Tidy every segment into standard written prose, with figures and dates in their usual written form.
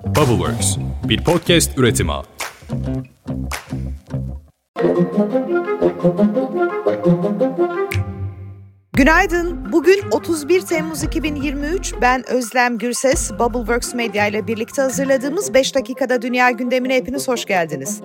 Bubbleworks, bir podcast üretimi. Günaydın. Bugün 31 Temmuz 2023. Ben Özlem Gürses. Bubbleworks Medya ile birlikte hazırladığımız 5 dakikada dünya gündemine hepiniz hoş geldiniz.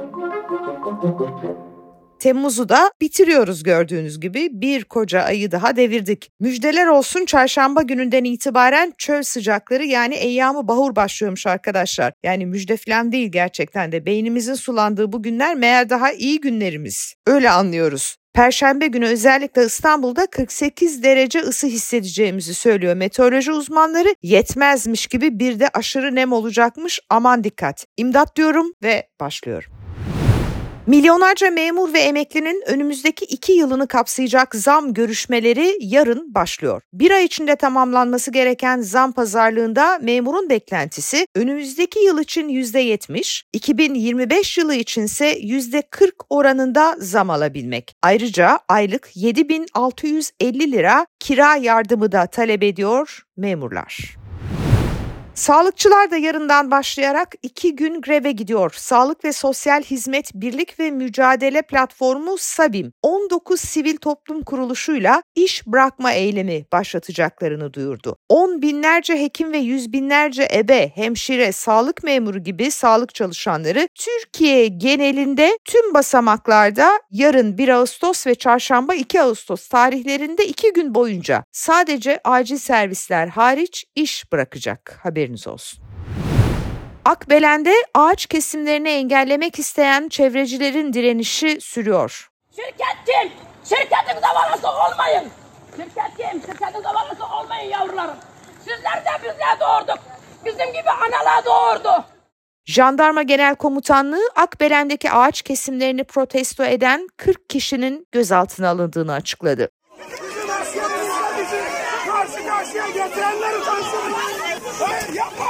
Temmuz'u da bitiriyoruz gördüğünüz gibi. Bir koca ayı daha devirdik. Müjdeler olsun, çarşamba gününden itibaren çöl sıcakları yani eyyam-ı bahur başlıyormuş arkadaşlar. Yani müjde falan değil, gerçekten de beynimizin sulandığı bu günler meğer daha iyi günlerimiz. Öyle anlıyoruz. Perşembe günü özellikle İstanbul'da 48 derece ısı hissedeceğimizi söylüyor meteoroloji uzmanları. Yetmezmiş gibi bir de aşırı nem olacakmış, aman dikkat. İmdat diyorum ve başlıyorum. Milyonlarca memur ve emeklinin önümüzdeki 2 yılını kapsayacak zam görüşmeleri yarın başlıyor. Bir ay içinde tamamlanması gereken zam pazarlığında memurun beklentisi önümüzdeki yıl için %70, 2025 yılı içinse %40 oranında zam alabilmek. Ayrıca aylık 7.650 lira kira yardımı da talep ediyor memurlar. Sağlıkçılar da yarından başlayarak 2 gün greve gidiyor. Sağlık ve Sosyal Hizmet Birlik ve Mücadele Platformu SABİM, 19 sivil toplum kuruluşuyla iş bırakma eylemi başlatacaklarını duyurdu. 10 binlerce hekim ve 100 binlerce ebe, hemşire, sağlık memuru gibi sağlık çalışanları Türkiye genelinde tüm basamaklarda yarın 1 Ağustos ve çarşamba 2 Ağustos tarihlerinde 2 gün boyunca sadece acil servisler hariç iş bırakacak. Haberiniz olsun. Akbelen'de ağaç kesimlerini engellemek isteyen çevrecilerin direnişi sürüyor. Şirket kim? Şirketin zavallısı olmayın. Şirket kim? Şirketin zavallısı olmayın yavrularım. Sizler de bizler doğurduk. Bizim gibi analar doğurdu. Jandarma Genel Komutanlığı Akbelen'deki ağaç kesimlerini protesto eden 40 kişinin gözaltına alındığını açıkladı. Karşı karşıya getirenleri tanısın. Hayır, yapma.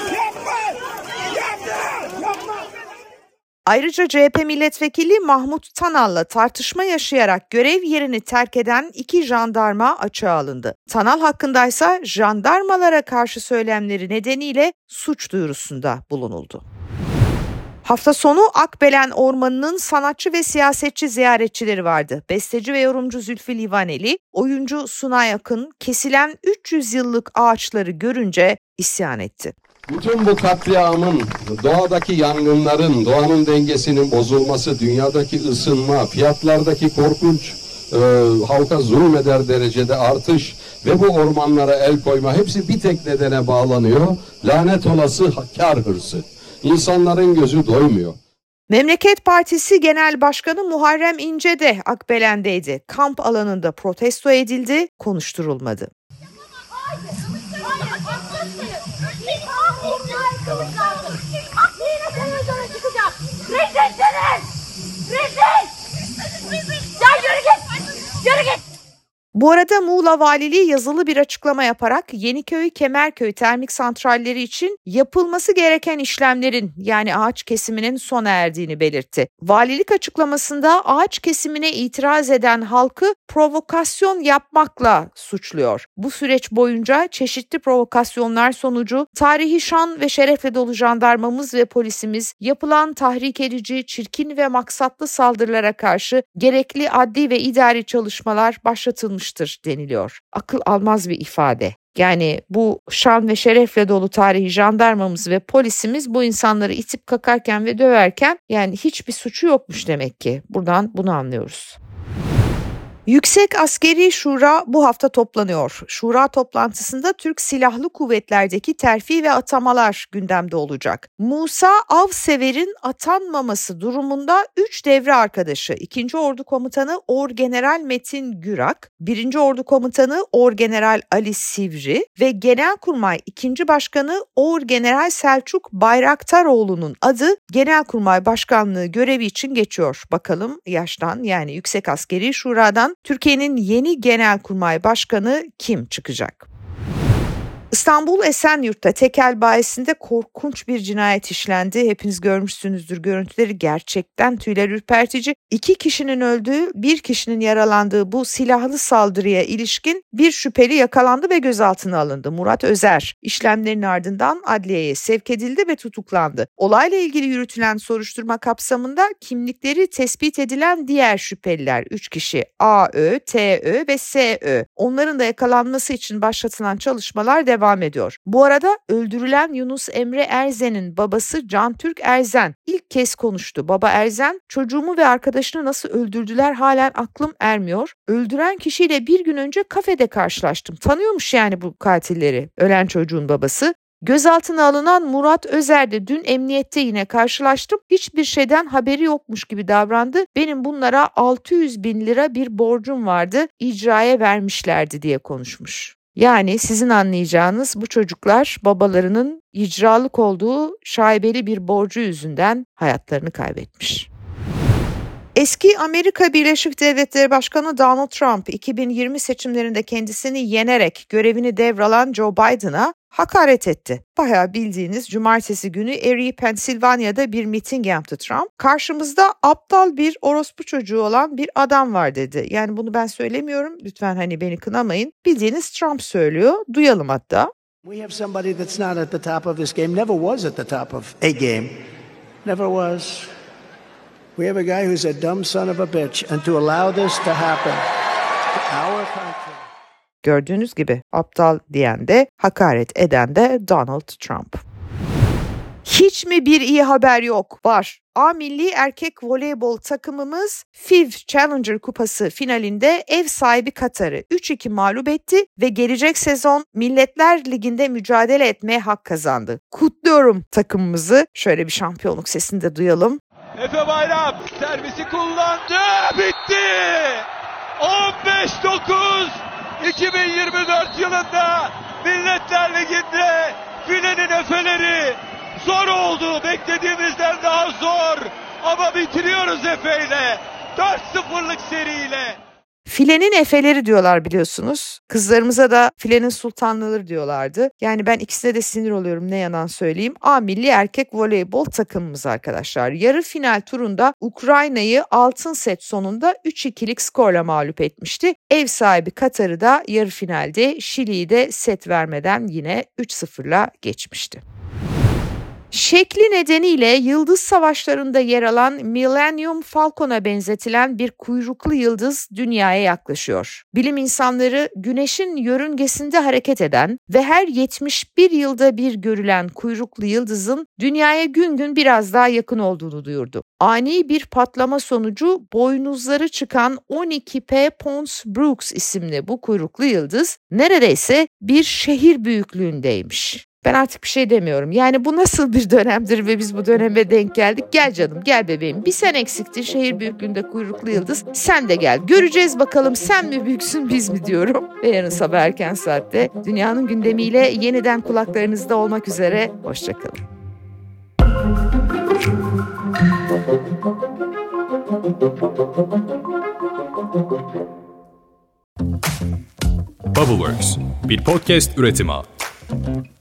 Ayrıca CHP milletvekili Mahmut Tanal'la tartışma yaşayarak görev yerini terk eden 2 jandarma açığa alındı. Tanal hakkındaysa jandarmalara karşı söylemleri nedeniyle suç duyurusunda bulunuldu. Hafta sonu Akbelen Ormanı'nın sanatçı ve siyasetçi ziyaretçileri vardı. Besteci ve yorumcu Zülfü Livaneli, oyuncu Sunay Akın kesilen 300 yıllık ağaçları görünce isyan etti. Bütün bu katliamın, doğadaki yangınların, doğanın dengesinin bozulması, dünyadaki ısınma, fiyatlardaki korkunç halka zulmeder derecede artış ve bu ormanlara el koyma hepsi bir tek nedene bağlanıyor. Lanet olası kar hırsı. İnsanların gözü doymuyor. Memleket Partisi Genel Başkanı Muharrem İnce de Akbelen'deydi. Kamp alanında protesto edildi, konuşturulmadı. Bu arada Muğla Valiliği yazılı bir açıklama yaparak Yeniköy, Kemerköy termik santralleri için yapılması gereken işlemlerin yani ağaç kesiminin sona erdiğini belirtti. Valilik açıklamasında ağaç kesimine itiraz eden halkı provokasyon yapmakla suçluyor. Bu süreç boyunca çeşitli provokasyonlar sonucu tarihi şan ve şerefle dolu jandarmamız ve polisimiz yapılan tahrik edici, çirkin ve maksatlı saldırılara karşı gerekli adli ve idari çalışmalar başlatılmıştır deniliyor. Akıl almaz bir ifade. Yani bu şan ve şerefle dolu tarihi jandarmamız ve polisimiz bu insanları itip kakarken ve döverken yani hiçbir suçu yokmuş demek ki. Buradan bunu anlıyoruz. Yüksek Askeri Şura bu hafta toplanıyor. Şura toplantısında Türk Silahlı Kuvvetler'deki terfi ve atamalar gündemde olacak. Musa Avsever'in atanmaması durumunda 3 devre arkadaşı 2. Ordu Komutanı Orgeneral Metin Gürak, 1. Ordu Komutanı Orgeneral Ali Sivri ve Genelkurmay 2. Başkanı Orgeneral Selçuk Bayraktaroğlu'nun adı Genelkurmay Başkanlığı görevi için geçiyor. Bakalım yaştan yani Yüksek Askeri Şura'dan Türkiye'nin yeni Genelkurmay Başkanı kim çıkacak? İstanbul Esenyurt'ta tekel bayisinde korkunç bir cinayet işlendi. Hepiniz görmüşsünüzdür görüntüleri, gerçekten tüyler ürpertici. 2 kişinin öldüğü, 1 kişinin yaralandığı bu silahlı saldırıya ilişkin bir şüpheli yakalandı ve gözaltına alındı. Murat Özer işlemlerin ardından adliyeye sevk edildi ve tutuklandı. Olayla ilgili yürütülen soruşturma kapsamında kimlikleri tespit edilen diğer şüpheliler 3 kişi AÖ, TÖ ve SÖ. Onların da yakalanması için başlatılan çalışmalar devam ediyor. Bu arada öldürülen Yunus Emre Erzen'in babası Cantürk Erzen ilk kez konuştu. Baba Erzen, çocuğumu ve arkadaşını nasıl öldürdüler halen aklım ermiyor. Öldüren kişiyle bir gün önce kafede karşılaştım. Tanıyormuş yani bu katilleri. Ölen çocuğun babası. Gözaltına alınan Murat Özer de dün emniyette yine karşılaştım. Hiçbir şeyden haberi yokmuş gibi davrandı. Benim bunlara 600.000 lira bir borcum vardı. İcraya vermişlerdi diye konuşmuş. Yani sizin anlayacağınız bu çocuklar babalarının icralık olduğu şaibeli bir borcu yüzünden hayatlarını kaybetmiş. Eski Amerika Birleşik Devletleri Başkanı Donald Trump 2020 seçimlerinde kendisini yenerek görevini devralan Joe Biden'a hakaret etti. Bayağı bildiğiniz cumartesi günü Erie, Pensilvanya'da bir miting yaptı Trump. Karşımızda aptal bir orospu çocuğu olan bir adam var dedi. Yani bunu ben söylemiyorum. Lütfen hani beni kınamayın. Bildiğiniz Trump söylüyor. Duyalım hatta. We have somebody that's not at the top of this game, never was at the top of a game. Never was. We have a guy who's a dumb son of a bitch, and to allow this to happen to our country. Gördüğünüz gibi aptal diyen de hakaret eden de Donald Trump. Hiç mi bir iyi haber yok? Var. A milli erkek voleybol takımımız FIV Challenger Kupası finalinde ev sahibi Katar'ı 3-2 mağlup etti ve gelecek sezon Milletler Ligi'nde mücadele etmeye hak kazandı. Kutluyorum takımımızı. Şöyle bir şampiyonluk sesini de duyalım. Efe Bayram servisi kullandı. Bitti. 15-9 2024 yılında Milletler Ligi'nde filenin Efe'leri zor oldu. Beklediğimizden daha zor. Ama bitiriyoruz Efe'yle. 4-0'lık seriyle. Filenin efeleri diyorlar biliyorsunuz. Kızlarımıza da filenin sultanları diyorlardı. Yani ben ikisine de sinir oluyorum ne yalan söyleyeyim. A milli erkek voleybol takımımız arkadaşlar. Yarı final turunda Ukrayna'yı altın set sonunda 3-2'lik skorla mağlup etmişti. Ev sahibi Katar'ı da yarı finalde Şili'yi de set vermeden yine 3-0'la geçmişti. Şekli nedeniyle Yıldız Savaşları'nda yer alan Millennium Falcon'a benzetilen bir kuyruklu yıldız dünyaya yaklaşıyor. Bilim insanları Güneş'in yörüngesinde hareket eden ve her 71 yılda bir görülen kuyruklu yıldızın dünyaya gün gün biraz daha yakın olduğunu duyurdu. Ani bir patlama sonucu boynuzları çıkan 12P Pons Brooks isimli bu kuyruklu yıldız neredeyse bir şehir büyüklüğündeymiş. Ben artık bir şey demiyorum. Yani bu nasıl bir dönemdir ve biz bu döneme denk geldik? Gel canım, gel bebeğim. Bir sen eksiktin şehir büyüklüğünde kuyruklu yıldız. Sen de gel. Göreceğiz bakalım sen mi büyüksün biz mi diyorum. Ve yarın sabah erken saatte dünyanın gündemiyle yeniden kulaklarınızda olmak üzere. Hoşçakalın. Bubbleworks bir podcast üretimi.